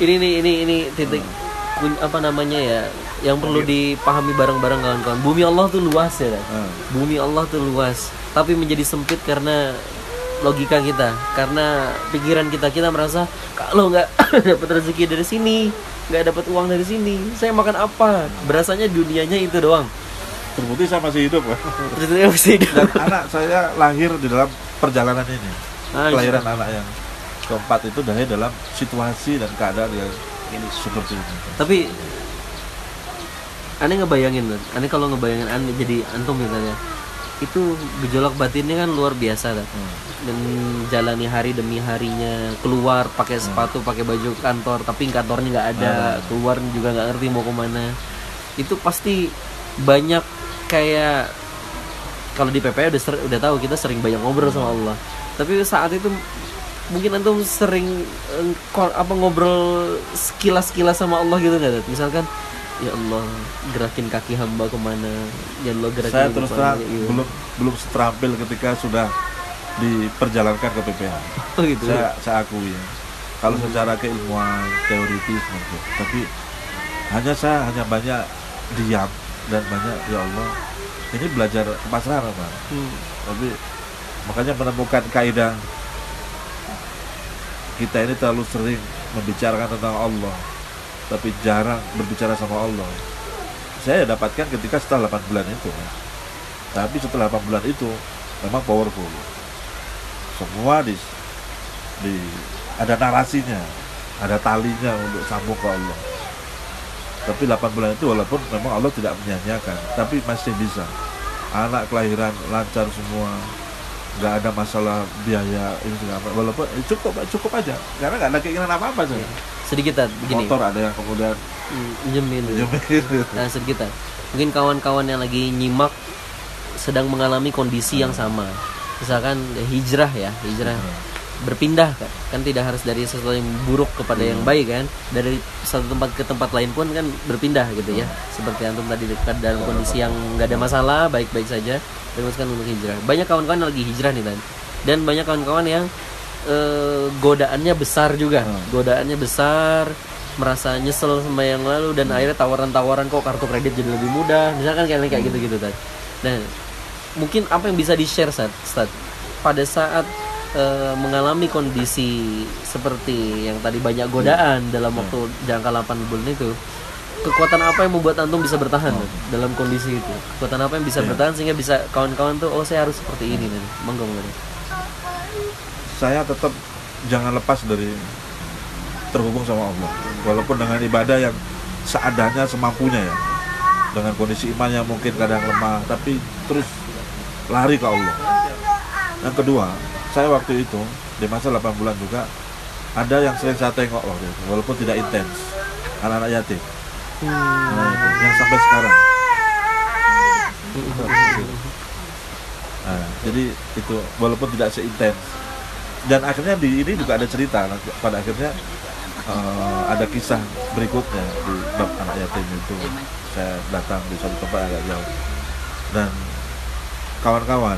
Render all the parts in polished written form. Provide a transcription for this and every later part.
ini titik apa namanya ya, yang perlu dipahami bareng-bareng kawan-kawan. Bumi Allah tuh luas ya kan? Bumi Allah tuh luas, tapi menjadi sempit karena logika kita, karena pikiran kita merasa kalau nggak dapat rezeki dari sini, nggak dapat uang dari sini, saya makan apa? Berasanya dunianya itu doang. Terbukti saya masih hidup kan. Dan anak saya lahir di dalam perjalanan ini. Kelahiran anak yang keempat itu dalam situasi dan keadaan yang ini seperti ini. Tapi aneh ngebayangin, kalau ngebayangin aneh jadi antum misalnya, itu gejolak batinnya kan luar biasa kan. Menjalani hari demi harinya, keluar pakai sepatu, pakai baju kantor, tapi kantornya nggak ada, keluar juga nggak ngerti mau kemana. Itu pasti banyak, kayak kalau di PPA udah tahu kita sering banyak ngobrol sama Allah. Tapi saat itu mungkin antum sering ngobrol sekilas sama Allah gitu nggak? Misalkan, ya Allah gerakin kaki hamba kemana, ya Allah gerakin. Saya terus terang belum terampil ketika sudah diperjalankan ke PPH. Oh gitu. Saya akui ya. Kalau secara keilmuan teoritis mungkin, tapi saya hanya banyak diam dan banyak ya Allah. Ini belajar kepasrahan apa? Tapi makanya menemukan kaidah. Kita ini terlalu sering membicarakan tentang Allah, tapi jarang berbicara sama Allah. Saya dapatkan ketika setelah 8 bulan itu. Tapi setelah 8 bulan itu memang powerful. Semua ada narasinya, ada talinya untuk sambung ke Allah. Tapi 8 bulan itu walaupun memang Allah tidak menyanyiakan, tapi masih bisa. Anak kelahiran lancar semua, nggak ada masalah biaya ini segala, walaupun cukup aja karena nggak ada keinginan apa sih. Sedikit begini, motor ada yang kemudian minjemin. Nah sedikit mungkin kawan-kawan yang lagi nyimak sedang mengalami kondisi yang sama, misalkan hijrah berpindah kan tidak harus dari sesuatu yang buruk kepada yang baik kan, dari satu tempat ke tempat lain pun kan berpindah gitu ya, seperti antum tadi dekat dalam kondisi yang nggak ada masalah, baik-baik saja, teruskan untuk hijrah. Banyak kawan-kawan yang lagi hijrah nih dan banyak kawan-kawan yang godaannya besar juga, godaannya besar, merasa nyesel sama yang lalu dan akhirnya tawaran-tawaran kok kartu kredit jadi lebih mudah, misalkan kayak gitu tadi. Nah mungkin apa yang bisa di-share Ustaz pada saat mengalami kondisi seperti yang tadi, banyak godaan dalam waktu jangka 8 bulan itu, kekuatan apa yang membuat antum bisa bertahan dalam kondisi itu? Kekuatan apa yang bisa bertahan sehingga bisa kawan-kawan tuh, oh saya harus seperti ini nih. Monggo. Saya tetap jangan lepas dari terhubung sama Allah, walaupun dengan ibadah yang seadanya, semampunya ya, dengan kondisi iman yang mungkin kadang lemah, tapi terus lari ke Allah. Yang kedua, saya waktu itu di masa 8 bulan juga ada yang sering saya tengok waktu itu, walaupun tidak intens, anak-anak yatim. Nah, itu yang sampai sekarang. Nah, jadi itu walaupun tidak seintens. Dan akhirnya di ini juga ada cerita. Pada akhirnya ada kisah berikutnya di bab anak yatim itu. Saya datang di suatu tempat agak jauh dan kawan-kawan.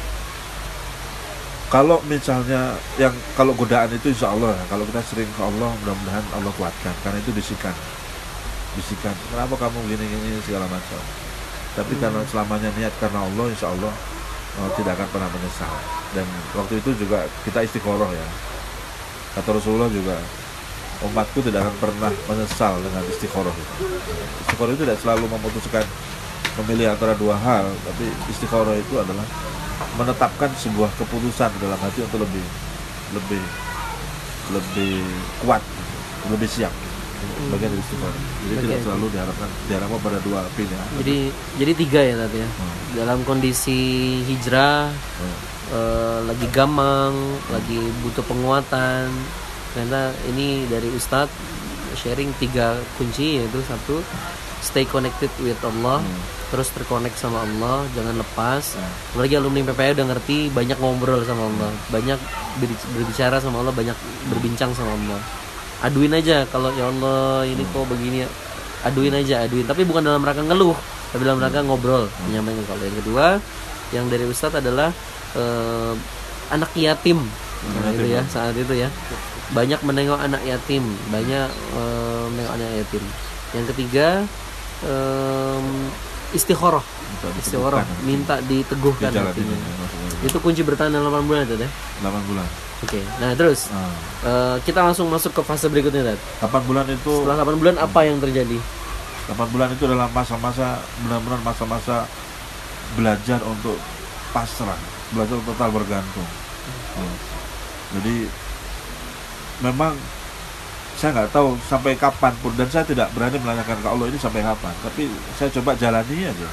Kalau misalnya kalau godaan itu insya Allah, kalau kita sering ke Allah, mudah-mudahan Allah kuatkan, karena itu bisikan, kenapa kamu gini segala macam. Tapi karena selamanya niat karena Allah, insya Allah tidak akan pernah menyesal. Dan waktu itu juga kita istiqoroh ya, kata Rasulullah juga, umatku tidak akan pernah menyesal dengan istiqoroh itu. Istiqoroh itu tidak selalu memutuskan memilih antara dua hal, tapi istiqoroh itu adalah menetapkan sebuah keputusan dalam hati untuk lebih kuat, lebih siap. Bagian dari istiqoroh. Jadi tidak selalu diharapkan pada dua pilihan. Jadi 3 ya tadi ya. Dalam kondisi hijrah, lagi gamang, lagi butuh penguatan. Karena ini dari Ustadz sharing 3 kunci, yaitu 1, stay connected with Allah, terus terkonek sama Allah, jangan lepas. Apalagi alumni PPA udah ngerti, banyak ngobrol sama Allah, banyak berbicara sama Allah, banyak berbincang sama Allah. Aduin aja, kalau ya Allah ini kok begini, aduin aja. Tapi bukan dalam rangka ngeluh, tapi dalam rangka ngobrol, menyampaikan. Kalau yang kedua, yang dari Ustadz adalah anak yatim. Nah, itu ya, saat itu ya. banyak menengok anak yatim, banyak menengok anak yatim. Yang ketiga istikharah, minta diteguhkan hatinya. Itu kunci bertahan 8 bulan itu deh. 8 bulan. Oke. Nah, terus kita langsung masuk ke fase berikutnya, Dad. 8 bulan itu. Setelah 8 bulan apa yang terjadi? 8 bulan itu adalah masa-masa, benar-benar masa-masa belajar untuk pasrah, belajar total bergantung. Jadi memang saya nggak tahu sampai kapan pun, dan saya tidak berani menanyakan ke Allah ini sampai kapan, tapi saya coba jalani aja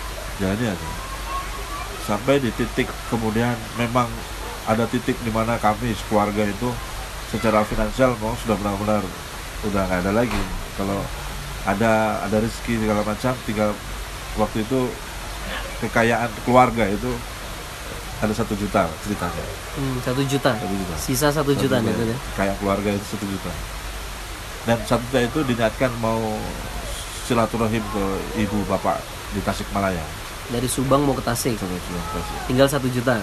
sampai di titik kemudian memang ada titik di mana kami sekeluarga itu secara finansial mau sudah benar-benar udah nggak ada lagi. Kalau ada rezeki segala macam, tinggal waktu itu kekayaan keluarga itu ada 1 juta ceritanya. 1 juta. Sisa 1 juta nih, ya. Kayak keluarga itu 1 juta. Dan 1 juta itu diniatkan mau silaturahim ke ibu bapak di Tasikmalaya. Dari Subang mau ke Tasik. Tinggal 1 juta.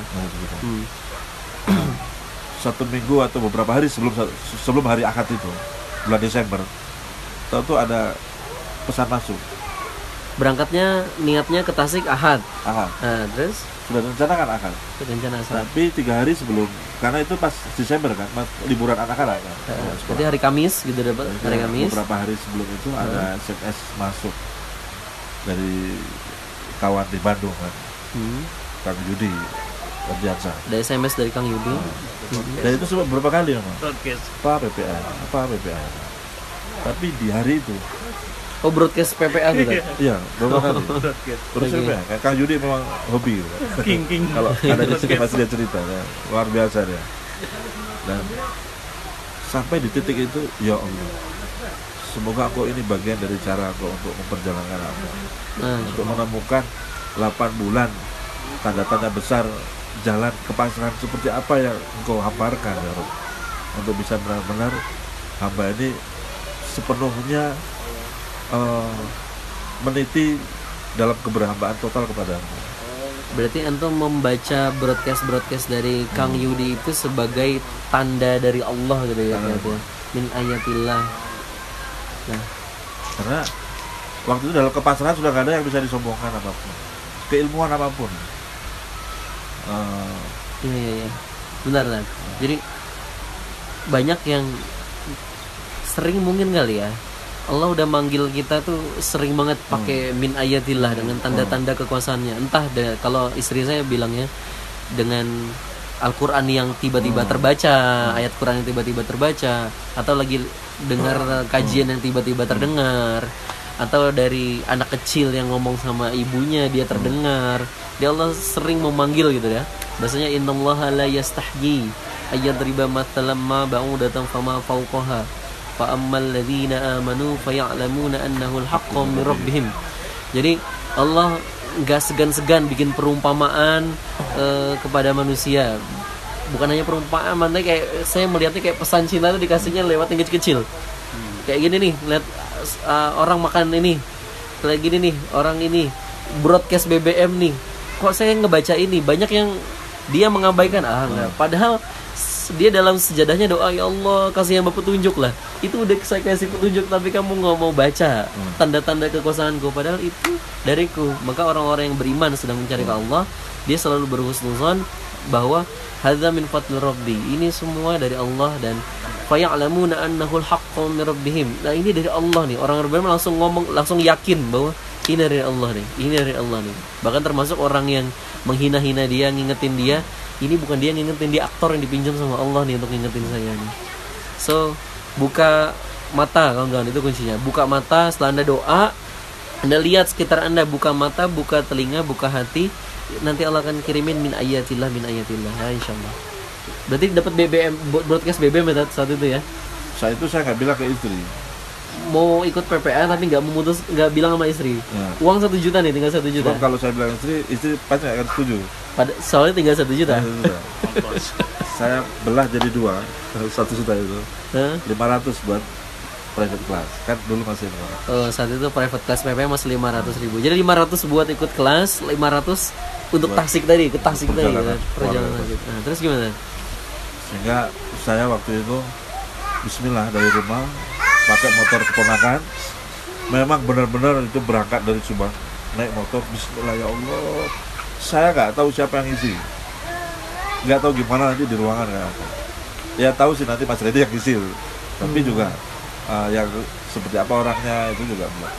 1 minggu atau beberapa hari sebelum hari Akad itu, bulan Desember, tahu ada pesan masuk. Berangkatnya niatnya ke Tasik Ahad. Nah, terus sudah rencanakan Akad. Tapi 3 hari sebelum, karena itu pas Desember kan, liburan anak-anak kan. Jadi hari Kamis gitu dapat. Hari Kamis. Beberapa hari sebelum itu ada SMS masuk dari kawan di Bandung kan. Kang Yudi Ardiansa. Ada SMS dari Kang Yudi. Dan itu sempat beberapa kali memang. Pak PPA. Tapi di hari itu. Oh, broadcast PPA gitu. Iya, beberapa kali. Terus PPA. Kang Yudi memang hobi. King. Kalau ada di sini pasti dia cerita, ya. Luar biasa dia. Dan sampai di titik itu, ya Allah, semoga aku ini bagian dari cara aku untuk memperjalankan aku. Untuk menemukan 8 bulan tanda-tanda besar jalan kepasrahan seperti apa yang engkau hamparkan, ya Rabb, untuk bisa benar-benar hamba ini sepenuhnya meniti dalam keberhambaan total kepadamu. Berarti antum membaca broadcast dari Kang Yudi itu sebagai tanda dari Allah gitu ya, min ayatillah. Nah, karena waktu itu dalam kepasrahan sudah gak ada yang bisa disombongkan apapun, keilmuan apapun. Iya. Benar lah. Jadi banyak yang sering mungkin kali ya, Allah udah manggil kita tuh sering banget pakai min ayatillah dengan tanda-tanda kekuasaannya. Entah kalau istri saya bilangnya dengan Al-Quran yang tiba-tiba terbaca, ayat Quran yang tiba-tiba terbaca, atau lagi dengar kajian yang tiba-tiba terdengar, atau dari anak kecil yang ngomong sama ibunya dia terdengar. Dia Allah sering memanggil gitu ya. Bahasanya innallaha la yastahyi ayyadriba mathalan ma ba'udatan fama fawqaha fa ammal ladzina amanu faya'lamuna annahu al-haqqu min rabbihim. Jadi Allah enggak segan-segan bikin perumpamaan kepada manusia. Bukan hanya perumpamaan, tapi kayak saya melihatnya kayak pesan cinta itu dikasihnya lewat yang kecil-kecil. Kayak gini nih, lihat orang makan ini. Kayak gini nih, orang ini broadcast BBM nih. Kok saya ngebaca ini banyak yang dia mengabaikan enggak. Padahal dia dalam sejadahnya doa, ya Allah kasih hamba petunjuk lah. Itu udah saya kasih petunjuk, tapi kamu nggak mau baca tanda-tanda kekuasaanku, padahal itu dariku. Maka orang-orang yang beriman sedang mencari ke Allah, dia selalu berhusnuzon bahwa hadza min fadli rabbi, ini semua dari Allah, dan faya'lamuna annahu al-haqqu min rabbihim. Nah, ini dari Allah nih. Orang beriman langsung ngomong, langsung yakin bahwa ini dari Allah nih, ini dari Allah nih. Bahkan termasuk orang yang menghina-hina dia, ngingetin dia, ini bukan dia ngingetin, dia aktor yang dipinjam sama Allah nih untuk ngingetin saya nih. So, buka mata kawan-kawan, itu kuncinya. Buka mata setelah Anda doa, Anda lihat sekitar Anda, buka mata, buka telinga, buka hati. Nanti Allah akan kirimin min ayatillah ya, insyaallah. Berarti dapat BBM, broadcast BBM ya saat itu ya? Saat itu saya nggak bilang ke istri. Mau ikut PPA tapi nggak bilang sama istri. Ya. Uang 1 juta nih, tinggal 1 juta. Kalau saya bilang istri pasti akan setuju. Soalnya tinggal 1 juta. Saya belah jadi 2, 1 juta itu. 500 buat private class. Kan dulu masih 500. Saat itu private class PPA masih 500.000. Jadi 500 buat ikut kelas, 500 untuk Tasik tadi, ke Tasik tadi perjalanan. Nah, terus gimana? Sehingga saya waktu itu Bismillah dari rumah pakai motor keponakan. Memang benar-benar itu berangkat dari Subang naik motor. Bismillah ya Allah. Saya nggak tahu siapa yang isi, nggak tahu gimana nanti di ruangan nggak tahu. Ya tahu sih nanti Mas Reddy yang isi, tapi juga yang seperti apa orangnya itu juga enggak.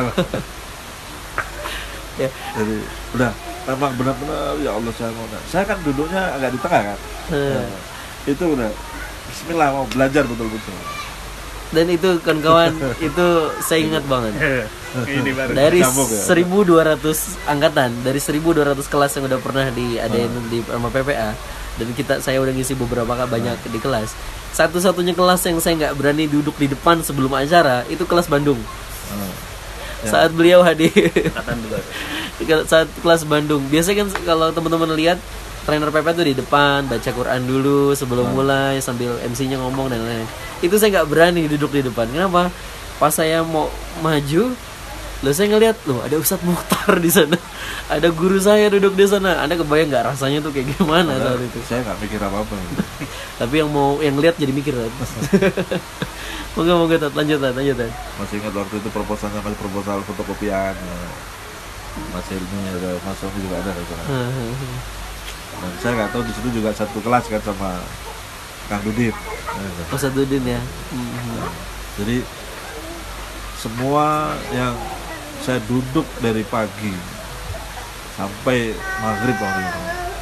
Ya. Jadi udah memang benar-benar ya Allah saya kan duduknya agak di tengah kan. Itu udah Bismillah mau belajar betul-betul. Dan itu kawan-kawan itu saya ingat banget. Ini baru Dari Cambuk ya? 1200 angkatan, dari 1200 kelas yang udah pernah diadain di sama PPA, dan saya udah ngisi beberapa kali banyak di kelas. Satu-satunya kelas yang saya nggak berani duduk di depan sebelum acara itu kelas Bandung. Ya. Saat beliau hadir. angkatan dulu. Saat kelas Bandung, biasanya kan kalau teman-teman lihat trainer PP tuh di depan baca Quran dulu sebelum mulai sambil MC-nya ngomong dan lain-lain. Itu saya nggak berani duduk di depan. Kenapa? Pas saya mau maju, saya ngeliat ada Ustadz Mukhtar di sana, ada guru saya duduk di sana. Anda kebayang nggak rasanya tuh kayak gimana saat itu? Saya nggak mikir apa-apa. Tapi yang lihat jadi mikir kan. Moga Tat, lanjut. Masih ingat waktu itu proposalnya masih proposal fotokopian. Ya. Mas Helmi ada, Mas Sofi juga ada kan. Dan saya nggak tahu di situ juga satu kelas kan sama Kang Dudin. Ustadz Dudin ya. Jadi semua yang saya duduk dari pagi sampai maghrib waktu itu,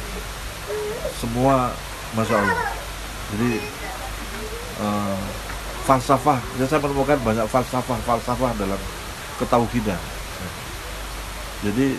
semua Masya Allah. Jadi falsafah, saya menemukan banyak falsafah dalam ketauhidan. Jadi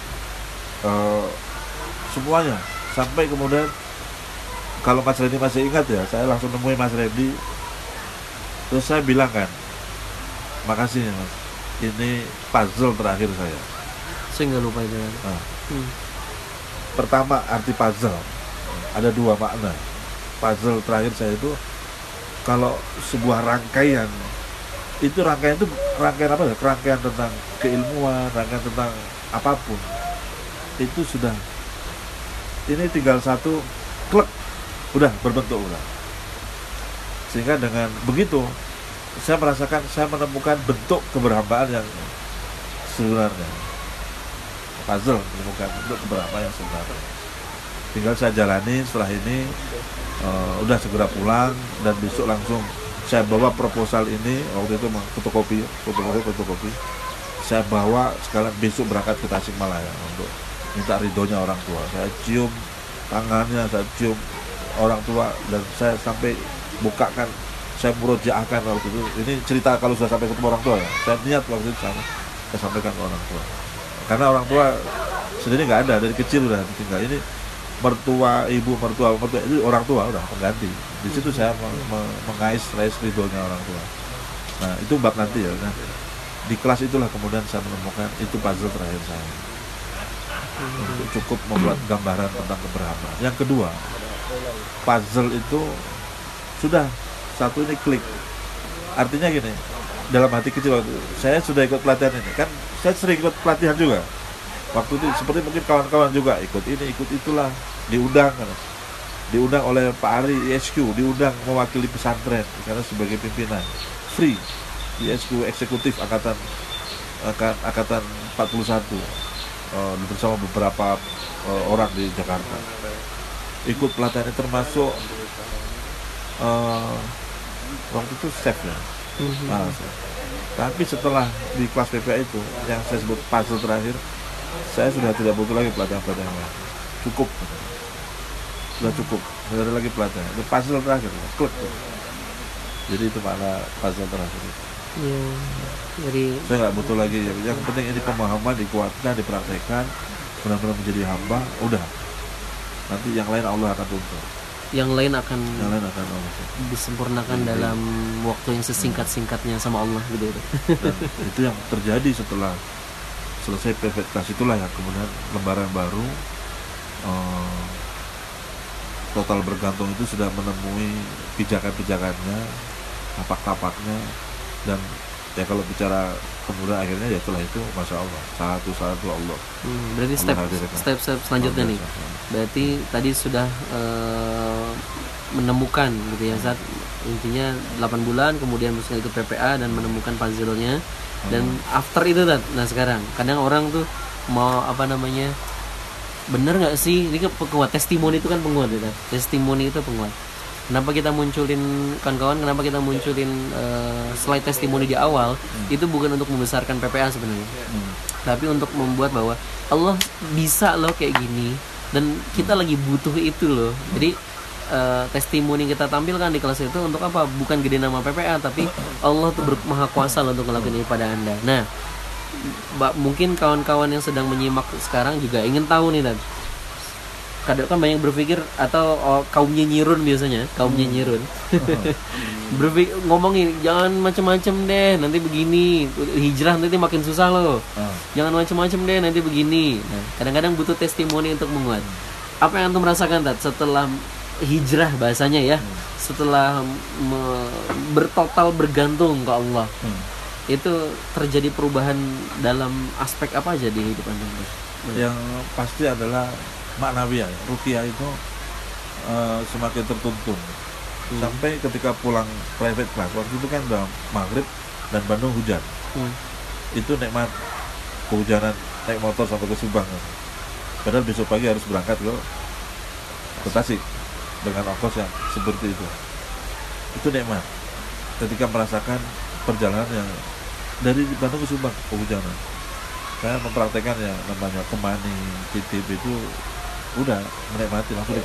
semuanya sampai kemudian kalau Mas Reddy masih ingat ya, saya langsung nemuin Mas Reddy, terus saya bilang kan, makasih ya Mas, ini puzzle terakhir saya. Saya nggak lupa itu. Pertama, arti puzzle ada dua makna. Puzzle terakhir saya itu kalau sebuah rangkaian, itu rangkaian apa ya? Rangkaian tentang keilmuan, rangkaian tentang apapun. Itu sudah, ini tinggal satu klek, udah berbentuk udah. Sehingga dengan begitu saya merasakan, saya menemukan bentuk keberhambaan yang sebenarnya. Puzzle menemukan bentuk keberhambaan yang sebenarnya. Tinggal saya jalani setelah ini, udah segera pulang dan besok langsung saya bawa proposal ini. Waktu itu fotokopi. Saya bawa sekalian besok berangkat ke Tasikmalaya untuk minta ridhonya orang tua. Saya cium tangannya, saya cium orang tua, dan saya sampai bukakan, saya murojaahkan waktu itu. Ini cerita kalau sudah sampai ketemu orang tua ya. Saya niat waktu itu sama, saya sampaikan ke orang tua. Karena orang tua sendiri nggak ada, dari kecil udah tinggal. Ini mertua, ibu mertua itu orang tua udah pengganti. Di situ saya mengais ridhonya orang tua. Nah itu bab nanti ya. Nah, di kelas itulah kemudian saya menemukan itu puzzle terakhir saya. Untuk cukup membuat gambaran tentang keberhambaan. Yang kedua, puzzle itu sudah satu ini klik. Artinya gini, dalam hati kecil waktu saya sudah ikut pelatihan ini, kan saya sering ikut pelatihan juga. Waktu itu seperti mungkin kawan-kawan juga ikut ini, ikut itulah, diundang oleh Pak Ari ISQ, diundang mewakili pesantren karena sebagai pimpinan free ISQ eksekutif angkatan 41 bersama beberapa orang di Jakarta. Ikut pelatihannya termasuk waktu itu chef ya. Tapi setelah di kelas PPA itu yang saya sebut puzzle terakhir, saya sudah tidak butuh lagi pelatihan-pelatihan lain. Cukup, sudah cukup, tidak ada lagi pelatihan. Itu puzzle terakhir, klik. Jadi itu makna puzzle terakhir. Ya, jadi saya nggak butuh lagi. Yang penting ini pemahaman dikuatkan, dipraktekkan, benar-benar menjadi hamba. Udah, nanti yang lain Allah akan tuntut. Yang lain akan Allah disempurnakan dalam waktu yang sesingkat-singkatnya sama Allah gitu. Dan itu yang terjadi setelah selesai PVT kelas itulah yang kemudian lembaran baru total bergantung itu sudah menemui pijakan-pijakannya, tapak-tapaknya, dan ya kalau bicara kemudian akhirnya ya setelah itu Masya Allah satu Allah. Berarti step selanjutnya nih. Berarti tadi sudah menemukan gitu ya saat intinya 8 bulan kemudian bisa ikut PPA dan menemukan puzzle-nya dan after itu Tat, nah sekarang kadang orang tuh mau apa namanya, bener nggak sih ini penguat testimoni itu kan penguat ya, testimoni itu penguat. Kenapa kita munculin kawan-kawan, kenapa kita munculin slide testimoni di awal, itu bukan untuk membesarkan PPA sebenarnya, tapi untuk membuat bahwa Allah bisa loh kayak gini dan kita lagi butuh itu loh. Jadi testimoni kita tampilkan di kelas itu untuk apa? Bukan gede nama PPA, tapi Allah tuh maha kuasa loh untuk ngelakuin ini pada Anda. Nah, mungkin kawan-kawan yang sedang menyimak sekarang juga ingin tahu nih Dan. Kadang kan banyak berpikir atau kaum nyinyirun biasanya, kaum nyinyirun. Ngomongin jangan macam-macam deh, nanti begini, hijrah nanti makin susah loh. Jangan macam-macam deh, nanti begini. Nah, kadang-kadang butuh testimoni untuk menguat. Apa yang antum merasakan Tat setelah hijrah bahasanya ya, setelah bertotal bergantung ke Allah, itu terjadi perubahan dalam aspek apa aja di hidup Anda? Yang pasti adalah maknawi ya. Ruqyah itu semakin tertuntun sampai ketika pulang private class waktu itu kan udah maghrib dan Bandung hujan. Itu nikmat kehujanan, naik motor sampai ke Subang kan. Padahal besok pagi harus berangkat ke Tasik dengan ongkos yang seperti itu nikmat ketika merasakan perjalanan yang dari Bandung ke Subang kehujanan. Saya mempraktekkan ya namanya Kemani, Titip itu udah menikmati, langsung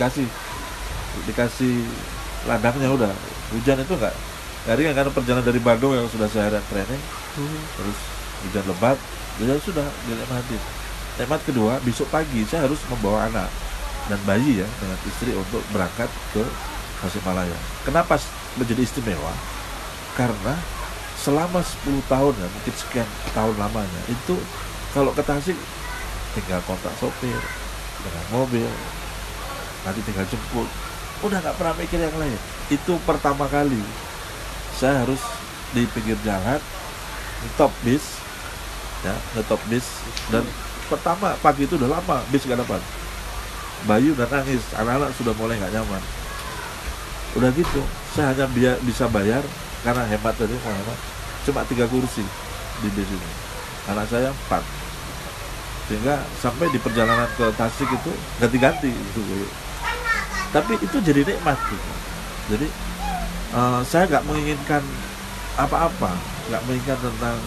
dikasih ladangnya udah. Hujan itu enggak ringan karena perjalanan dari Bandung yang sudah seharian training, terus hujan lebat, ya sudah dinikmati. Nikmat kedua, besok pagi saya harus membawa anak dan bayi ya dengan istri untuk berangkat ke Tasikmalaya. Kenapa menjadi istimewa? Karena selama 10 tahun ya, mungkin sekian tahun lamanya itu kalau ke Tasik tinggal kontak sopir dengan mobil, nanti tinggal jemput, udah nggak pernah mikir yang lain. Itu pertama kali saya harus di pinggir jalan ngetop bis ya, ngetop bis, dan pertama pagi itu udah lama bis nggak dapat. Bayu udah nangis, anak-anak sudah mulai nggak nyaman. Udah gitu, saya hanya bisa bayar karena hemat tadi, cuma 3 kursi di bis ini. Anak saya 4, sehingga sampai di perjalanan ke Tasik itu ganti-ganti gitu. Tapi itu jadi nikmat gitu. Jadi saya nggak menginginkan apa-apa, nggak menginginkan tentang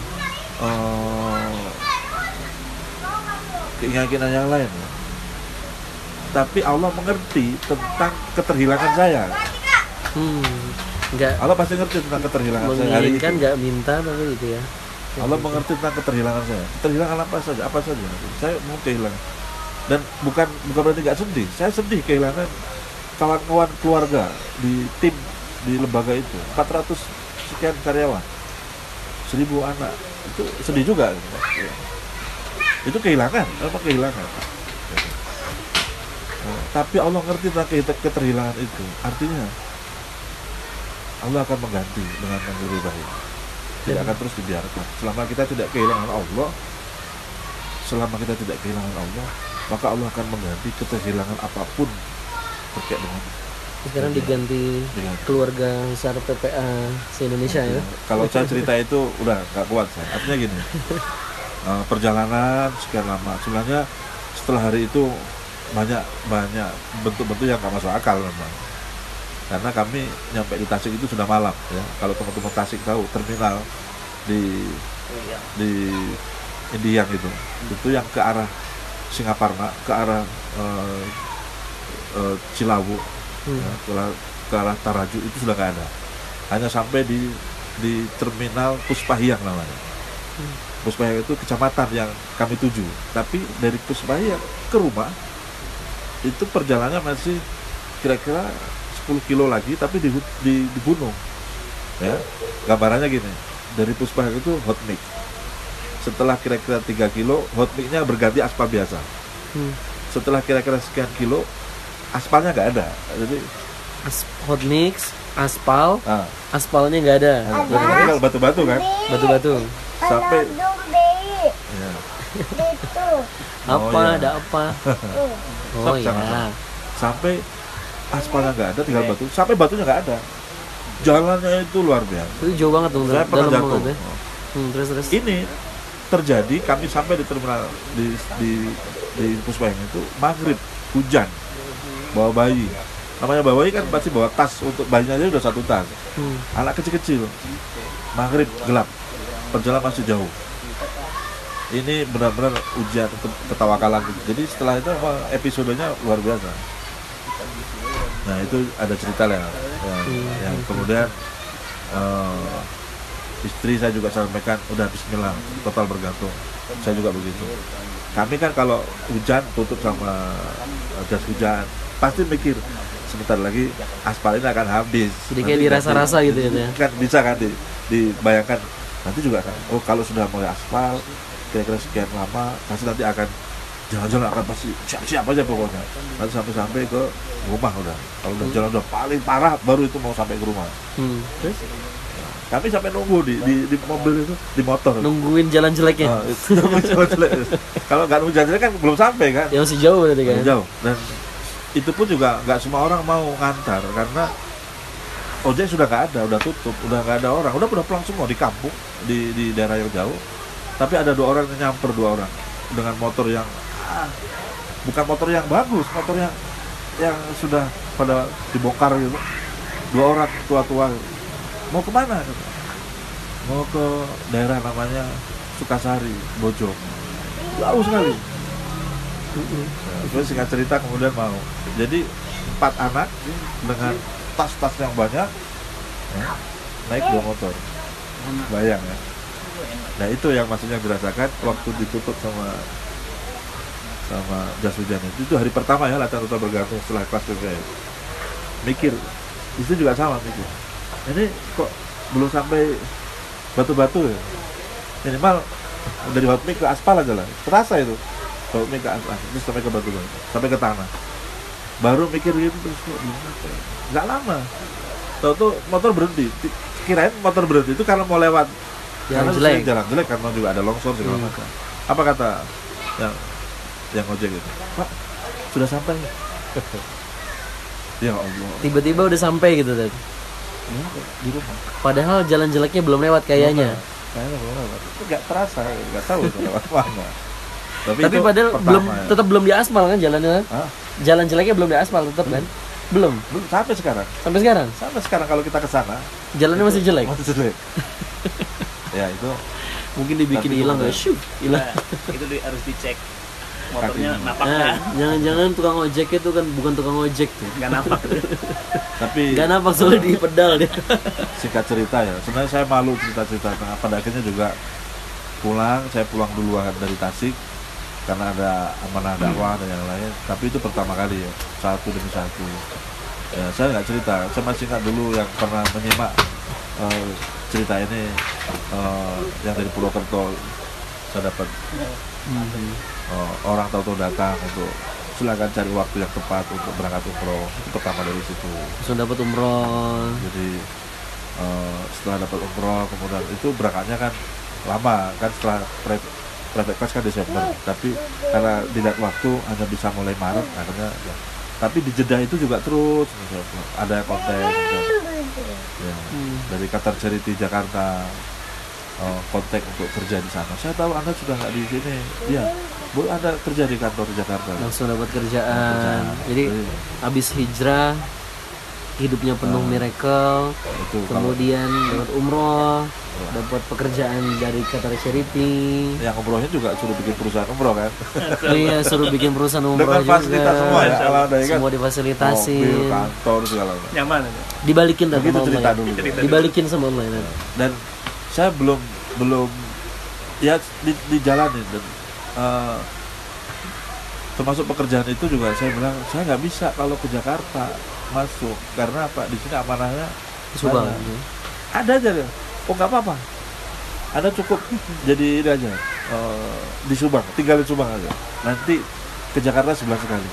keinginan yang lain ya. Tapi Allah mengerti tentang keterhilangan saya. Enggak. Allah pasti ngerti tentang keterhilangan saya hari itu. Menginginkan nggak minta tapi gitu ya. Allah mengerti tentang keterhilangan saya. Keterhilangan apa saja? Saya mau kehilangan. Dan bukan berarti nggak sedih. Saya sedih kehilangan kawan-kawan keluarga di tim di lembaga itu. 400 sekian karyawan, 1000 anak. Itu sedih juga. Itu kehilangan. Apa kehilangan? Tapi Allah ngerti tentang keterhilangan itu. Artinya Allah akan mengganti dengan yang lebih baik. Tidak akan terus dibiarkan. Selama kita tidak kehilangan Allah, maka Allah akan mengganti keterhilangan apapun terkait dengan. Sekarang diganti keluarga besar PPA se-Indonesia ya. Kalau saya cerita itu udah nggak kuat saya. Artinya gini, perjalanan sekian lama. Sebenarnya setelah hari itu banyak bentuk-bentuk yang nggak masuk akal memang. Karena kami nyampe di Tasik itu sudah malam ya. Kalau teman-teman Tasik tahu terminal di Indiang itu yang ke arah Singaparna, ke arah Cilawu, ya, ke arah Taraju itu sudah nggak ada. Hanya sampai di terminal Puspahyang namanya. Puspahyang itu kecamatan yang kami tuju. Tapi dari Puspahyang ke rumah itu perjalanannya masih kira-kira 10 kilo lagi, tapi di gunung ya. Gambarannya gini, dari Puspahyang itu hot mix, setelah kira-kira 3 kilo hot mixnya berganti aspal biasa. Setelah kira-kira sekian kilo aspalnya nggak ada, jadi hot mix, aspal, aspalnya nggak ada. Tinggal batu-batu kan, batu-batu sampai ya. Apa ya. ada apa? Oh ya. Sampai aspalnya nggak ada, tinggal batu. Sampai batunya nggak ada. jalannya itu luar biasa. Itu jauh banget tuh. Saya pernah jatuh. banget ya. Terus. Ini terjadi kami sampai di terminal di Puspaing itu maghrib, hujan, bawa bayi. Namanya bawa bayi kan pasti bawa tas, untuk bayinya aja udah 1 tas. Anak kecil-kecil. Maghrib gelap, perjalanan masih jauh. Ini benar-benar ujian ketawakalan. Jadi setelah itu episodenya luar biasa. Nah itu ada cerita lah yang kemudian istri saya juga sampaikan, udah bismillah, total bergantung. Saya juga begitu. Kami kan kalau hujan tutup sama jas hujan, pasti mikir sebentar lagi aspal ini akan habis. Jadi kayak dirasa-rasa gitu ya. Kan bisa kan dibayangkan nanti juga kan. Oh kalau sudah mulai aspal kira-kira sekian lama, pasti nanti akan jalan-jalan akan pasti siap-siap aja pokoknya. Nanti sampai ke rumah udah. Kalau udah jalan udah paling parah baru itu mau sampai ke rumah. Terus kami sampai nunggu di mobil itu, di motor. Nungguin jalan jeleknya. Nungguin jalan jelek. Kalau nggak nunggu jalan jelek kan belum sampai kan? Ya masih jauh berarti kan? Jauh. Dan itu pun juga nggak semua orang mau ngantar karena ojek sudah nggak ada, udah tutup, udah nggak ada orang, udah pulang semua di kampung, di daerah yang jauh. Tapi ada 2 orang yang nyamper, 2 orang dengan motor yang bukan motor yang bagus, motor yang sudah pada dibongkar gitu. 2 orang tua-tua. Mau kemana? Mau ke daerah namanya Sukasari, Bojong. Jauh sekali. Terus singkat cerita kemudian mau. Jadi 4 anak dengan tas-tas yang banyak naik 2 motor. Bayang ya. Nah itu yang maksudnya dirasakan waktu ditutup sama jas hujan itu hari pertama ya latihan total bergantung setelah kelas PPS. Mikir, itu juga sama mikir. Ini kok belum sampai batu-batu ya? Minimal dari hotmix ke aspal aja lah. Terasa itu. Hotmix ke aspal, terus sampai ke batu-batu, sampai ke tanah. Baru mikir gitu terus kok nggak lama. Tahu-tahu motor berhenti. Kirain motor berhenti itu karena mau lewat jalan jelek karena juga ada longsor segala macam. Apa kata yang ojek itu? Pak, sudah sampai. Ya Allah. Tiba-tiba udah sampai gitu tadi. Ya, di rumah. Padahal jalan jeleknya belum lewat kayaknya. Kayaknya belum lewat. Itu nggak terasa, nggak tahu lewat mana. Tapi padahal tetap belum diaspal kan jalannya. Jalan jeleknya belum diaspal tetap kan? Belum sampai sekarang. Sampai sekarang kalau kita ke sana, jalannya masih jelek. Ya itu mungkin dibikin hilang nggak? Hilang. Itu harus dicek motornya napak kan? Jangan-jangan tukang ojek itu kan bukan tukang ojek tuh. Nggak napak. Tapi nggak napak soalnya di pedal dia. Singkat cerita ya, sebenarnya saya malu cerita-cerita. Nah, pada akhirnya juga saya pulang duluan dari Tasik karena ada amanah dakwah dan yang lain. Tapi itu pertama kali ya, satu demi satu. Ya, saya nggak cerita. Saya masih ingat dulu yang pernah menyimak cerita ini yang dari Purwokerto. Saya dapat orang tahu-tahu datang untuk silakan cari waktu yang tepat untuk berangkat umroh. Itu pertama dari situ. Sudah dapat umroh. Jadi setelah dapat umroh kemudian itu berangkatnya kan lama kan, setelah private class kan Desember, tapi karena dilihat waktu hanya bisa mulai Maret akhirnya ya. Tapi di Jeddah itu juga terus ada konten ya, dari Qatar Charity Jakarta kontak untuk kerja di sana. Saya tahu Anda sudah nggak di sini, ya boleh Anda kerja di kantor di Jakarta. Langsung dapat kerjaan. Jadi habis hijrah hidupnya penuh miracle, itu kemudian dapat umroh, dapat pekerjaan dari Qatar Charity. Yang umrohnya juga suruh bikin perusahaan umroh kan? Iya, suruh bikin perusahaan umroh dengan juga. Fasilitas semua ya, semua difasilitasi. Mobil, kantor segala. Nyaman. Dibalikin sama cerita Allah. Dulu. Dibalikin sama Allah. Dan saya belum ya dijalanin dan termasuk pekerjaan itu juga saya bilang saya nggak bisa kalau ke Jakarta masuk karena apa, di sini amanahnya Subang. Ada aja deh. Oh nggak apa-apa, Anda cukup jadi ini aja di Subang, tinggal di Subang aja, nanti ke Jakarta sebelah sekali.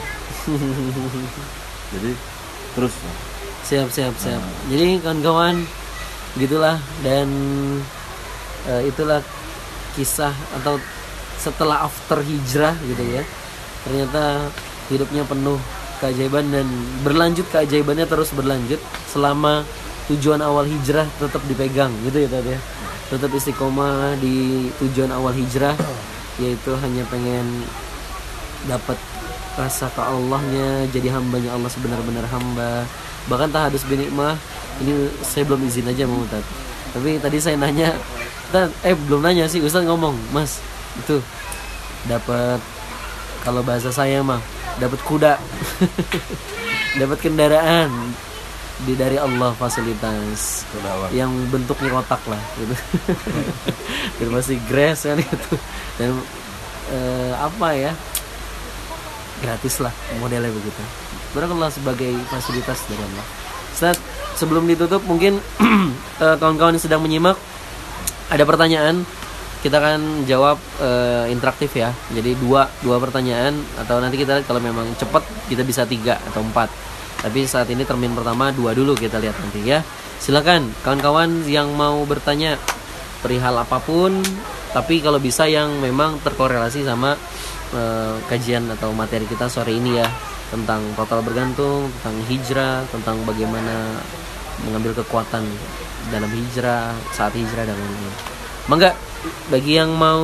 Jadi terus siap. Jadi kawan-kawan gitulah, dan itulah kisah atau setelah after hijrah gitu ya, ternyata hidupnya penuh keajaiban dan keajaibannya terus berlanjut selama tujuan awal hijrah tetap dipegang gitu ya tadi ya. Tetap istiqomah di tujuan awal hijrah, yaitu hanya pengen dapat rasa ke Allahnya, jadi hambanya Allah sebenar-benar hamba. Bahkan tahadus binikmah ini saya belum izin aja mau Ustaz. Tapi tadi saya nanya, belum nanya sih, Ustaz ngomong, Mas itu dapat, kalau bahasa saya mah dapat kuda, dapat kendaraan dari Allah, fasilitas yang bentuknya kotak lah gitu. Dan masih grass kan gitu. Dan apa ya, gratis lah modelnya begitu. Barakallah sebagai fasilitas dari Allah. Ustaz, sebelum ditutup mungkin kawan-kawan yang sedang menyimak ada pertanyaan, kita akan jawab interaktif ya. Jadi dua pertanyaan, atau nanti kita kalau memang cepat kita bisa 3 atau 4. Tapi saat ini termin pertama 2 dulu, kita lihat nanti ya. Silakan kawan-kawan yang mau bertanya perihal apapun, tapi kalau bisa yang memang terkorelasi sama kajian atau materi kita sore ini ya, tentang total bergantung, tentang hijrah, tentang bagaimana mengambil kekuatan dalam hijrah, saat hijrah dan lain-lain. Mangga bagi yang mau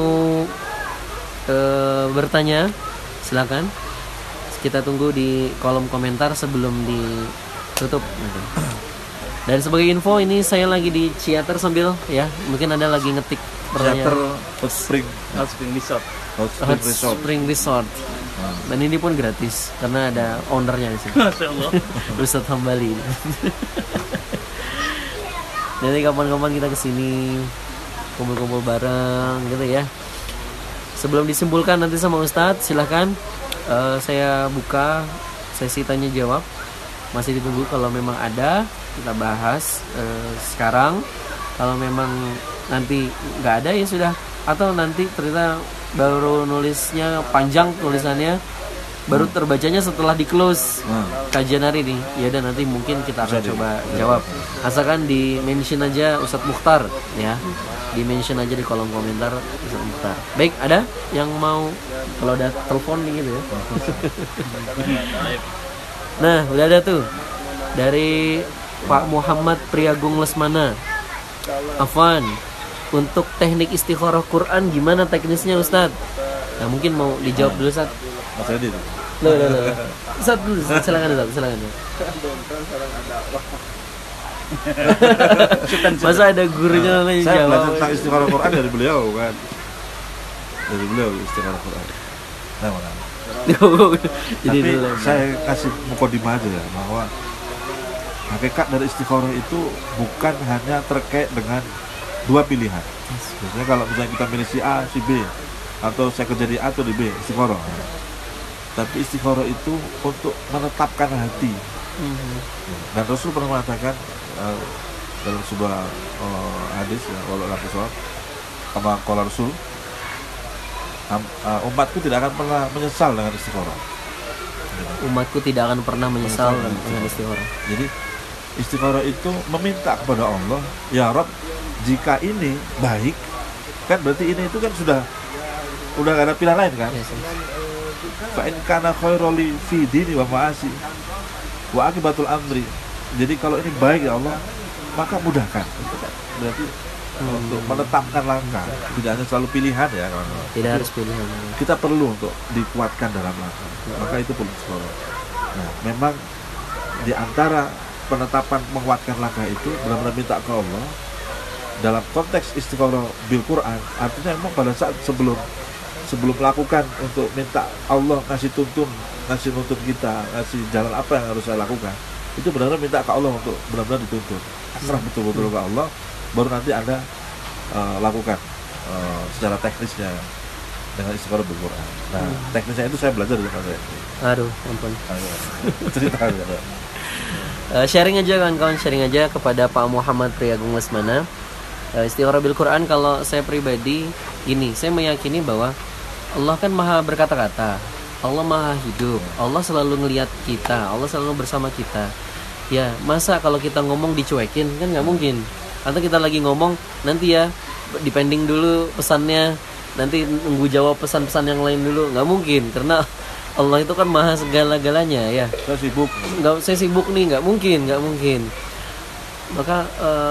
bertanya silakan. Kita tunggu di kolom komentar sebelum ditutup. Dan sebagai info, ini saya lagi di Ciater sambil ya, mungkin ada lagi ngetik Ciater Hot Spring Resort. Hot Spring Resort. Dan ini pun gratis karena ada ownernya di sini. Masya Allah. Ustadz Hambali. Jadi kapan-kapan kita kesini kumpul-kumpul bareng gitu ya. Sebelum disimpulkan nanti sama Ustadz, silahkan saya buka sesi tanya jawab. Masih ditunggu, kalau memang ada kita bahas sekarang. Kalau memang nanti nggak ada ya sudah, atau nanti ternyata baru nulisnya panjang tulisannya, baru terbacanya setelah di close kajian hari ini, ya dan nanti mungkin kita akan coba jawab. Asalkan di mention aja Ustadz Mukhtar ya, di mention aja di kolom komentar Ustadz Mukhtar. Baik, ada yang mau, kalau ada telepon nih gitu ya. Nah, udah ada tuh dari Pak Muhammad Priagung Lesmana. Afwan, untuk teknik istikharah Quran gimana teknisnya Ustadz? Nah, mungkin mau dijawab dulu Ustadz. Mas Edi. Loh. Ustadz dulu, silakan Ustadz, silakan. Masa ada gurunya namanya Saya jawab. belajar tentang istikharah Quran dari beliau kan. Dari beliau istikharah Quran. Nah, mana? Jadi tapi dulu, saya kasih mukadimah aja ya, bahwa hakikat dari istikharah itu bukan hanya terkait dengan 2 pilihan. Biasanya kalau misalnya kita pilih si A, si B, atau saya kerja di A atau di B, istikharah. Tapi istikharah itu untuk menetapkan hati. Dan Rasul pernah mengatakan dalam sebuah hadis ya, walau lafaz sama qala Rasul, umatku tidak akan pernah menyesal dengan istikharah. Umatku tidak akan pernah menyesal dengan istikharah. Jadi istikharah itu meminta kepada Allah, ya Rabb, jika ini baik, kan berarti ini itu kan udah gak ada pilihan lain kan. Yes. Fa in kana khairoli fi dini wa ma'asi wa akibatul amri. Jadi kalau ini baik ya Allah, maka mudahkan. Itu kan berarti untuk menetapkan langkah, tidak hanya selalu pilihan ya kawan-kawan. Tidak harus pilihan. Kita perlu untuk dikuatkan dalam langkah. Maka itu perlu istikharah. Nah, memang di antara penetapan menguatkan langkah itu benar-benar minta ke Allah dalam konteks istikharah bil Quran. Artinya memang pada saat sebelum melakukan untuk minta Allah ngasih nuntun kita, ngasih jalan apa yang harus saya lakukan, itu benar-benar minta ke Allah untuk benar-benar dituntun, pasrah betul-betul ke Allah, baru nanti Anda lakukan secara teknisnya dengan istikharah bil Quran. Nah, teknisnya itu saya belajar dari Mas Edi. Aduh, ampun. Cerita ya. Sharing aja kawan-kawan, sharing aja kepada Pak Muhammad Priagung Lesmana. Istikharah bil Quran, kalau saya pribadi gini, saya meyakini bahwa Allah kan maha berkata-kata, Allah maha hidup, Allah selalu ngelihat kita, Allah selalu bersama kita. Ya, masa kalau kita ngomong dicuekin, kan nggak mungkin. Atau kita lagi ngomong, nanti ya dipending dulu pesannya, nanti nunggu jawab pesan-pesan yang lain dulu, nggak mungkin. Karena Allah itu kan maha segala-galanya ya. Saya sibuk Saya sibuk nih, nggak mungkin. maka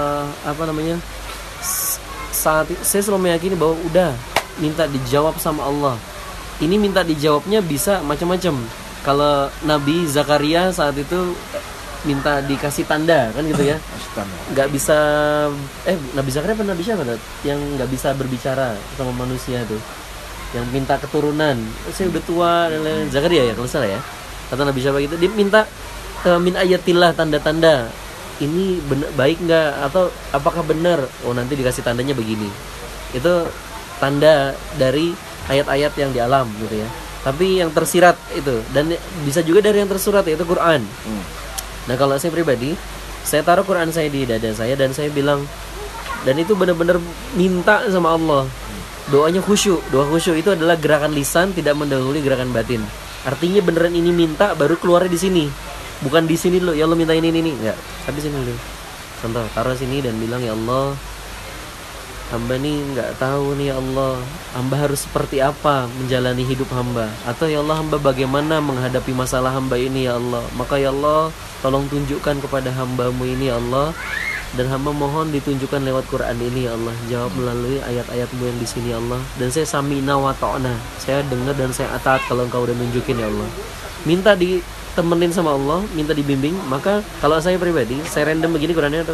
saat saya selalu meyakini bahwa udah minta dijawab sama Allah. Ini minta dijawabnya bisa macam-macam. Kalau Nabi Zakaria saat itu minta dikasih tanda kan gitu ya, nggak bisa Nabi Zakaria apa Nabi siapa yang nggak bisa berbicara sama manusia tuh, yang minta keturunan, saya udah tua dan lain-lain. Zakaria ya kalau salah ya, kata Nabi siapa gitu, dia minta min ayatillah, tanda-tanda ini baik nggak atau apakah benar, oh nanti dikasih tandanya begini. Itu tanda dari ayat-ayat yang di alam gitu ya, tapi yang tersirat itu, dan bisa juga dari yang tersurat yaitu Quran. Nah kalau saya pribadi, saya taruh Quran saya di dada saya dan saya bilang, dan itu benar-benar minta sama Allah. Doanya khusyuk. Doa khusyuk itu adalah gerakan lisan tidak mendahului gerakan batin. Artinya beneran ini minta baru keluarnya di sini. Bukan di sini dulu, ya Allah minta ini enggak. Tapi sini dulu. Contoh, taruh sini dan bilang, ya Allah, hamba nih nggak tahu nih ya Allah, hamba harus seperti apa menjalani hidup hamba, atau ya Allah hamba bagaimana menghadapi masalah hamba ini ya Allah, maka ya Allah tolong tunjukkan kepada hambamu ini ya Allah, dan hamba mohon ditunjukkan lewat Quran ini ya Allah, jawab melalui ayat-ayatmu yang di sini ya Allah, dan saya samina wa ta'na, saya dengar dan saya taat kalau engkau udah nunjukin ya Allah. Minta ditemenin sama Allah, minta dibimbing. Maka kalau saya pribadi, saya random begini Qurannya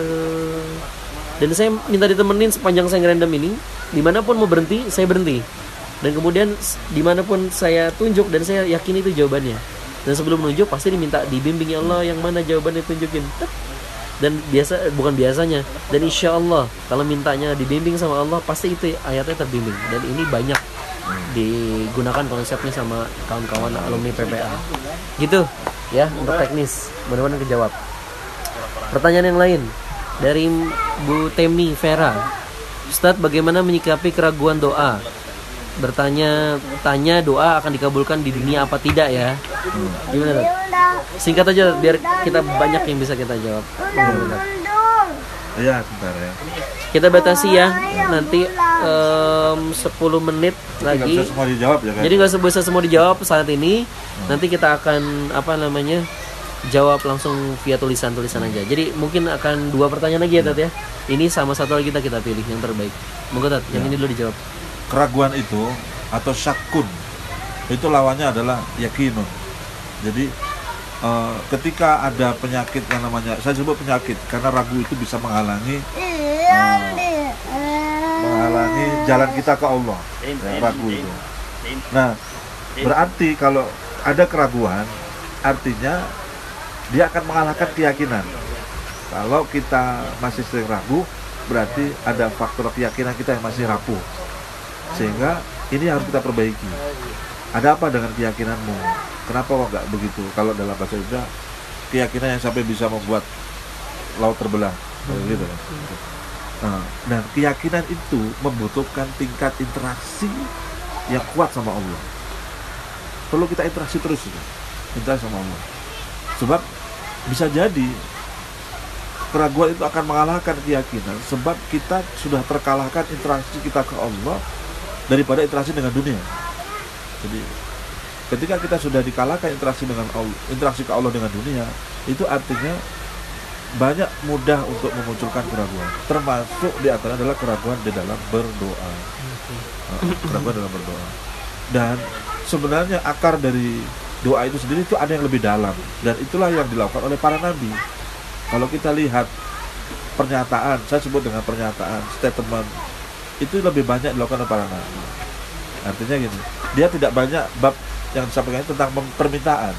dan saya minta ditemenin sepanjang saya ngerandom ini. Dimanapun mau berhenti, saya berhenti. Dan kemudian dimanapun saya tunjuk dan saya yakin itu jawabannya. Dan sebelum menunjuk pasti diminta dibimbing ya Allah, yang mana jawabannya tunjukin. Dan bukan biasanya. Dan insya Allah kalau mintanya dibimbing sama Allah, pasti itu ayatnya terbimbing. Dan ini banyak digunakan konsepnya sama kawan-kawan alumni PPA. Gitu ya untuk teknis. Mudah-mudahan kejawab. Pertanyaan yang lain dari Bu Temi Vera. Ustadz, bagaimana menyikapi keraguan doa? Tanya doa akan dikabulkan di dunia apa tidak ya? Gimana? Singkat aja biar kita banyak yang bisa kita jawab. Iya, sebentar ya. Kita batasi ya. Nanti 10 menit lagi. Nggak bisa semua dijawab ya kan? Jadi nggak bisa semua dijawab saat ini. Nanti kita akan jawab langsung via tulisan-tulisan aja. Jadi mungkin akan 2 pertanyaan lagi ya Tat ya. Ini sama satu lagi kita pilih yang terbaik. Monggo Tat, yang ini dulu dijawab. Keraguan itu atau syakun itu lawannya adalah yakinun. Jadi ketika ada penyakit yang namanya, saya sebut penyakit karena ragu itu bisa menghalangi jalan kita ke Allah. Ragu itu. Nah, berarti kalau ada keraguan, artinya dia akan mengalahkan keyakinan. Kalau kita masih sering ragu, berarti ada faktor keyakinan kita yang masih rapuh. Sehingga ini harus kita perbaiki. Ada apa dengan keyakinanmu? Kenapa kok nggak begitu? Kalau dalam bahasa Indonesia, keyakinan yang sampai bisa membuat laut terbelah, gitu. Nah, keyakinan itu membutuhkan tingkat interaksi yang kuat sama Allah. Perlu kita interaksi terus, interaksi sama Allah. Sebab bisa jadi keraguan itu akan mengalahkan keyakinan, sebab kita sudah terkalahkan interaksi kita ke Allah daripada interaksi dengan dunia. Jadi ketika kita sudah dikalahkan interaksi dengan Allah, interaksi ke Allah dengan dunia, itu artinya banyak mudah untuk memunculkan keraguan. Termasuk di antara adalah keraguan di dalam berdoa. Keraguan dalam berdoa. Dan sebenarnya akar dari doa itu sendiri itu ada yang lebih dalam, dan itulah yang dilakukan oleh para nabi. Kalau kita lihat pernyataan, saya sebut dengan pernyataan, statement, itu lebih banyak dilakukan oleh para nabi. Artinya gini, dia tidak banyak bab yang disampaikan tentang permintaan.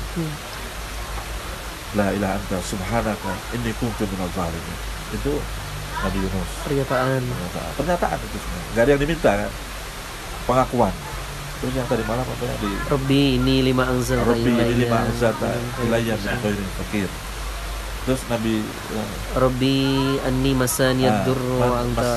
La ilaha anta subhanaka inni kuntu minadh dhalimin. Itu Nabi Yunus. Pernyataan itu sebenarnya. Enggak ada yang diminta kan? Pengakuan. Terus yang tadi malam apa ya di Rabbi ini 5 anzalta ilayya min khairin fakir. Terus Nabi Rabbi anni masaniyad durru wa anta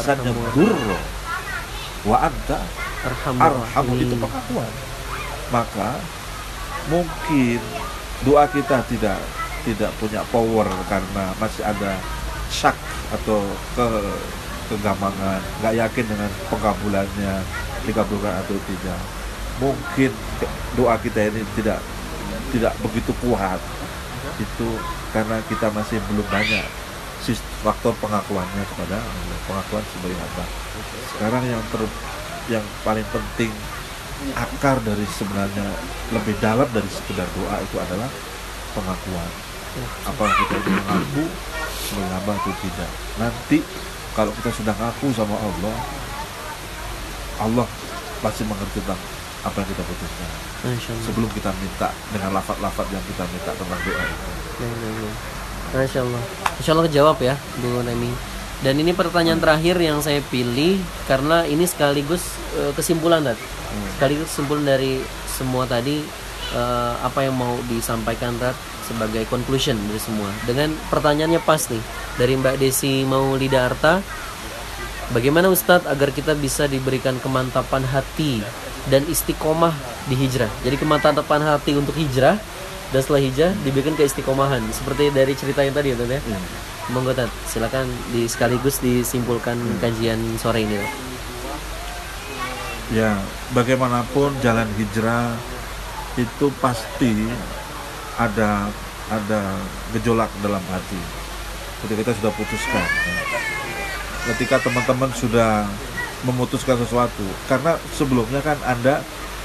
arhamur itu pengakuan. Maka mungkin doa kita tidak punya power karena masih ada syak atau kegampangan, nggak yakin dengan pengabulannya, dikabulkan atau tidak. Mungkin doa kita ini tidak begitu kuat. Itu karena kita masih belum banyak faktor pengakuannya kepada Allah, pengakuan sebagai hamba. Sekarang yang paling penting, akar dari sebenarnya lebih dalam dari sekedar doa itu adalah pengakuan. Apakah kita itu mengaku sebagai hamba atau tidak. Nanti kalau kita sudah ngaku sama Allah, Allah pasti mengerti tentang apa yang kita butuhkan. Sebelum kita minta dengan lafaz-lafaz yang kita minta tentang doa itu. Masya Allah. Insya Allah kejawab ya Bu Nemi. Dan ini pertanyaan terakhir yang saya pilih karena ini sekaligus kesimpulan Tat. Sekaligus kesimpulan dari semua tadi, apa yang mau disampaikan Tat sebagai conclusion dari semua. Dengan pertanyaannya pas nih dari Mbak Desi Maulida Arta. Bagaimana Ustadz agar kita bisa diberikan kemantapan hati dan istiqomah di hijrah? Jadi kemantapan hati untuk hijrah dan setelah hijrah diberikan keistiqomahan seperti dari cerita yang tadi ya Tat ya. Monggo Tat, silakan sekaligus disimpulkan kajian sore ini Tat. Ya, bagaimanapun jalan hijrah itu pasti ada gejolak dalam hati. Ketika kita sudah putuskan, ketika teman-teman sudah memutuskan sesuatu, karena sebelumnya kan Anda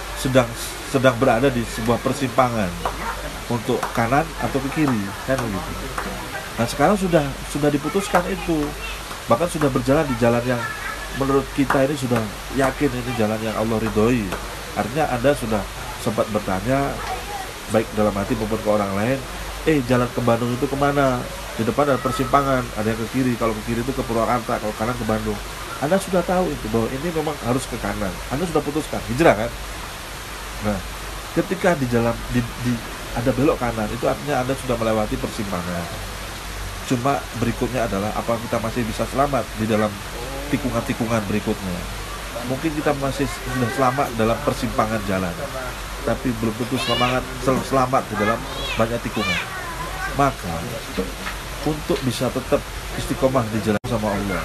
sedang berada di sebuah persimpangan untuk kanan atau ke kiri, kan begitu. Nah sekarang sudah diputuskan itu, bahkan sudah berjalan di jalan yang menurut kita ini sudah yakin ini jalan yang Allah ridhoi. Artinya Anda sudah sempat bertanya baik dalam hati maupun ke orang lain, jalan ke Bandung itu kemana? Di depan ada persimpangan, ada yang ke kiri. Kalau ke kiri itu ke Purwakarta, kalau kanan ke Bandung. Anda sudah tahu itu bahwa ini memang harus ke kanan. Anda sudah putuskan hijrah kan? Nah, ketika di jalan ada belok kanan, itu artinya Anda sudah melewati persimpangan. Cuma berikutnya adalah apa kita masih bisa selamat di dalam tikungan-tikungan berikutnya. Mungkin kita masih sudah selamat dalam persimpangan jalan, tapi belum tentu selamat di dalam banyak tikungan. Maka untuk bisa tetap istiqomah di jalan sama Allah,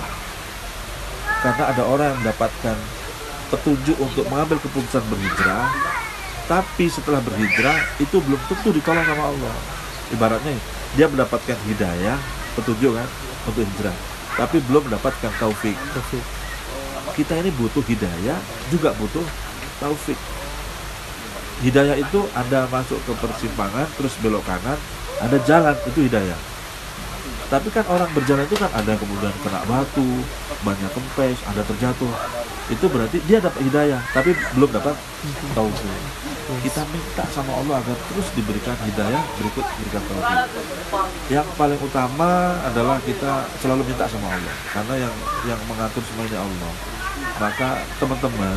karena ada orang yang mendapatkan petunjuk untuk mengambil keputusan berhijrah, tapi setelah berhijrah itu belum tentu ditolong sama Allah. Ibaratnya dia mendapatkan hidayah, petunjuk kan untuk hijrah, tapi belum mendapatkan taufik. Kita ini butuh hidayah, juga butuh taufik. Hidayah itu Anda masuk ke persimpangan terus belok kanan, ada jalan, itu hidayah. Tapi kan orang berjalan itu kan ada kemudian kena batu, banyak kempes, ada terjatuh. Itu berarti dia dapat hidayah, tapi belum dapat taufik. Kita minta sama Allah agar terus diberikan hidayah, diberikan taufik. Yang paling utama adalah kita selalu minta sama Allah, karena yang mengatur semuanya Allah. Maka teman-teman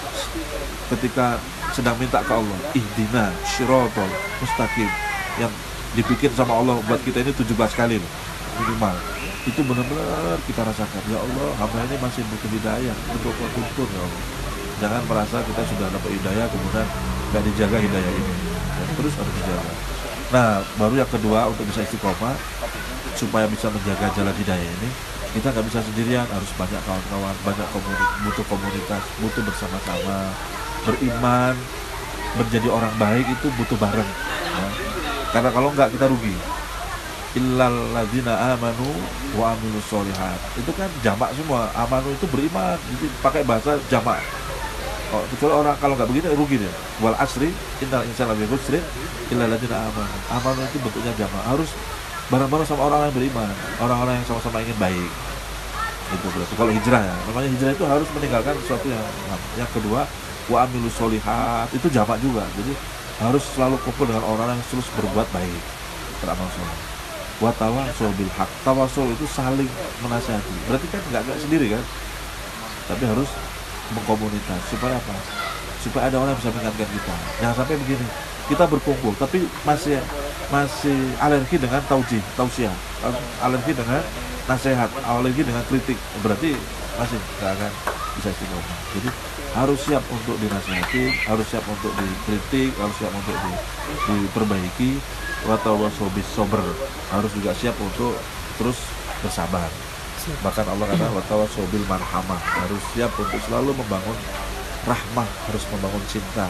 ketika sedang minta ke Allah, ihdina syiratal mustaqim, yang dibikin sama Allah buat kita ini 17 kali loh, minimal. Itu benar-benar kita rasakan, ya Allah, hamba ini masih butuh hidayah, butuh petunjuk ya Allah. Jangan merasa kita sudah dapat hidayah kemudian gak dijaga hidayah ini, dan terus harus dijaga. Nah, baru yang kedua, untuk bisa istiqomah supaya bisa menjaga jalan hidayah ini, kita nggak bisa sendirian, harus banyak kawan-kawan, butuh komunitas, butuh bersama-sama. Beriman, menjadi orang baik itu butuh bareng ya. Karena kalau nggak kita rugi. Illal ladzina amanu wa amilus sholihat, itu kan jamak semua. Amanu itu beriman, jadi pakai bahasa jamak. Kecuali orang kalau nggak begini rugi dia. Wal asri innal insana lafi khusrin illal ladzina amanu. Amanu itu bentuknya jamak, harus bareng-bareng sama orang-orang yang beriman, orang-orang yang sama-sama ingin baik. Itu berarti kalau hijrah ya, namanya hijrah itu harus meninggalkan sesuatu yang kedua, wa amilus sholihat, itu jamak juga. Jadi harus selalu kumpul dengan orang yang terus berbuat baik, beramal soleh. Wa tawassul bil haq, tawassul itu saling menasihati. Berarti kan nggak sendiri kan, tapi harus berkomunitas. Supaya apa? Supaya ada orang yang bisa mengingatkan kita. Jangan sampai begini, kita berkumpul tapi masih alergi dengan tausiah, alergi dengan nasihat, alergi dengan kritik, berarti masih nggak akan bisa istiqomah. Jadi harus siap untuk dinasihati, harus siap untuk dikritik, harus siap untuk diperbaiki. Watawasau bis sabr, harus juga siap untuk terus bersabar. Bahkan Allah kata watawasau bil marhamah, harus siap untuk selalu membangun rahmah, harus membangun cinta.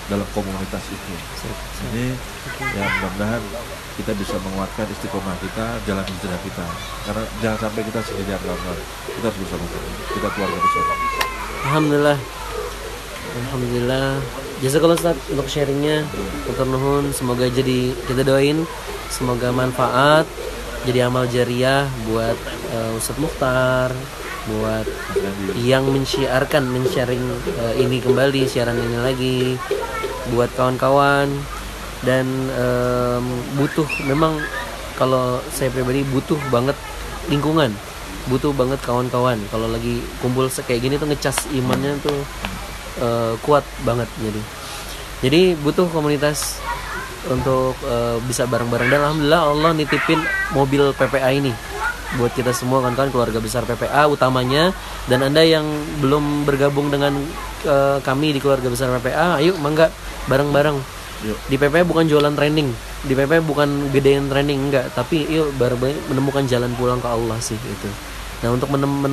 dalam komunitas itu. Ini ya mudah-mudahan kita bisa menguatkan istiqomah kita, jalan hijrah kita. Karena jangan sampai kita sendirian, kawan-kawan. Kita harus bersama-sama. Kita keluarga bersama. Alhamdulillah. Alhamdulillah. Jazakallah Ustaz untuk sharingnya. Matur nuhun. Semoga jadi, kita doain semoga manfaat, jadi amal jariah buat Ustaz Mukhtar, buat yang men-sharing ini kembali, siaran ini lagi, buat kawan-kawan. Dan butuh, memang kalau saya pribadi butuh banget lingkungan, butuh banget kawan-kawan. Kalau lagi kumpul kayak gini tuh ngecas imannya tuh kuat banget. Jadi butuh komunitas untuk bisa bareng-bareng. Dan alhamdulillah Allah nitipin mobil PPA ini buat kita semua, kan keluarga besar PPA utamanya. Dan Anda yang belum bergabung dengan kami di keluarga besar PPA, ayo mangga bareng-bareng. Di PPA bukan jualan training, di PPA bukan gedein training, enggak, tapi yuk bareng-bareng menemukan jalan pulang ke Allah sih itu. Nah, untuk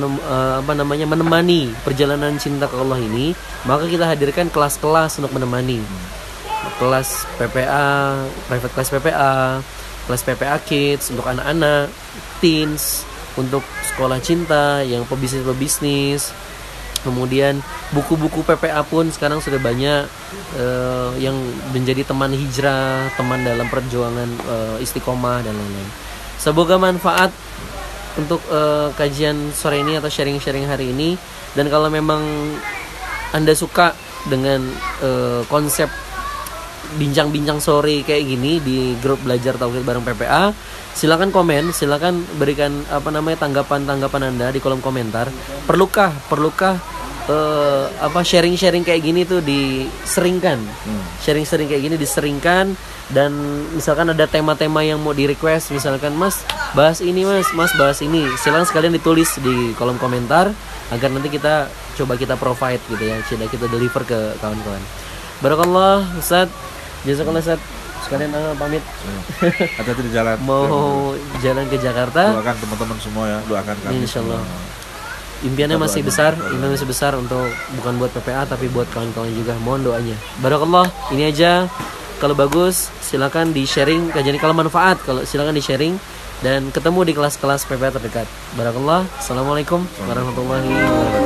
menemani perjalanan cinta ke Allah ini, maka kita hadirkan kelas-kelas untuk menemani. Kelas PPA, private class PPA, kelas PPA Kids untuk anak-anak, teens, untuk sekolah cinta, yang pebisnis. Kemudian buku-buku PPA pun sekarang sudah banyak yang menjadi teman hijrah, teman dalam perjuangan istiqomah dan lain-lain. Semoga manfaat untuk kajian sore ini atau sharing-sharing hari ini. Dan kalau memang Anda suka dengan konsep bincang-bincang sore kayak gini di grup belajar tauhid bareng PPA, silakan komen, silakan berikan tanggapan Anda di kolom komentar. Perlukah sharing-sharing kayak gini tuh diseringkan, sharing-sharing kayak gini diseringkan. Dan misalkan ada tema-tema yang mau di request, misalkan Mas bahas ini, Mas bahas ini, silakan sekalian ditulis di kolom komentar agar nanti kita coba kita provide gitu ya, kita deliver ke kawan-kawan. Barakallah Ustaz, jazakallah Ustaz. Sekalian pamit. Hati-hati di jalan. Mau jalan ke Jakarta. Doakan teman-teman semua ya, doakan kami. Insyaallah. Impiannya masih besar, untuk bukan buat PPA tapi buat kawan-kawan juga. Mohon doanya. Barakallah. Ini aja. Kalau bagus silakan di-sharing kajian, kalau manfaat kalau silakan di-sharing, dan ketemu di kelas-kelas PPA terdekat. Barakallah. Assalamualaikum warahmatullahi wabarakatuh.